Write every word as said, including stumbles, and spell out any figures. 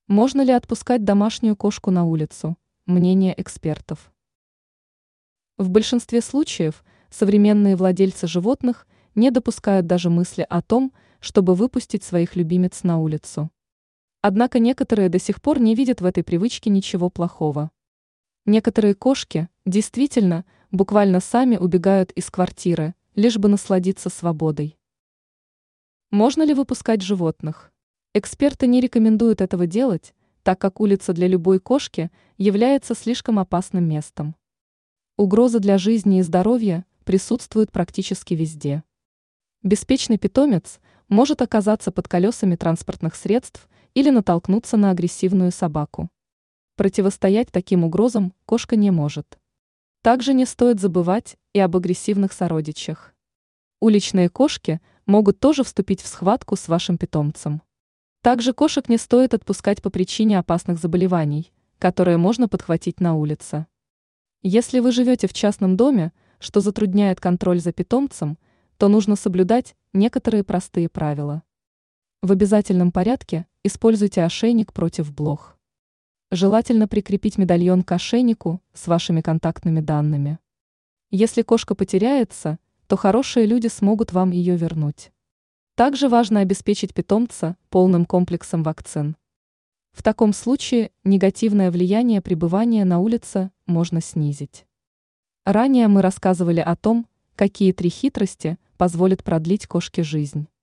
Можно ли отпускать домашнюю кошку на улицу? Мнение экспертов. В большинстве случаев современные владельцы животных не допускают даже мысли о том, чтобы выпустить своих любимец на улицу. Однако некоторые до сих пор не видят в этой привычке ничего плохого. Некоторые кошки действительно буквально сами убегают из квартиры, лишь бы насладиться свободой. Можно ли выпускать животных? Эксперты не рекомендуют этого делать, так как улица для любой кошки является слишком опасным местом. Угроза для жизни и здоровья присутствует практически везде. Беспечный питомец может оказаться под колесами транспортных средств или натолкнуться на агрессивную собаку. Противостоять таким угрозам кошка не может. Также не стоит забывать и об агрессивных сородичах. Уличные кошки могут тоже вступить в схватку с вашим питомцем. Также кошек не стоит отпускать по причине опасных заболеваний, которые можно подхватить на улице. Если вы живете в частном доме, что затрудняет контроль за питомцем, то нужно соблюдать некоторые простые правила. В обязательном порядке используйте ошейник против блох. Желательно прикрепить медальон к ошейнику с вашими контактными данными. Если кошка потеряется, то хорошие люди смогут вам ее вернуть. Также важно обеспечить питомца полным комплексом вакцин. В таком случае негативное влияние пребывания на улице можно снизить. Ранее мы рассказывали о том, какие три хитрости позволят продлить кошке жизнь.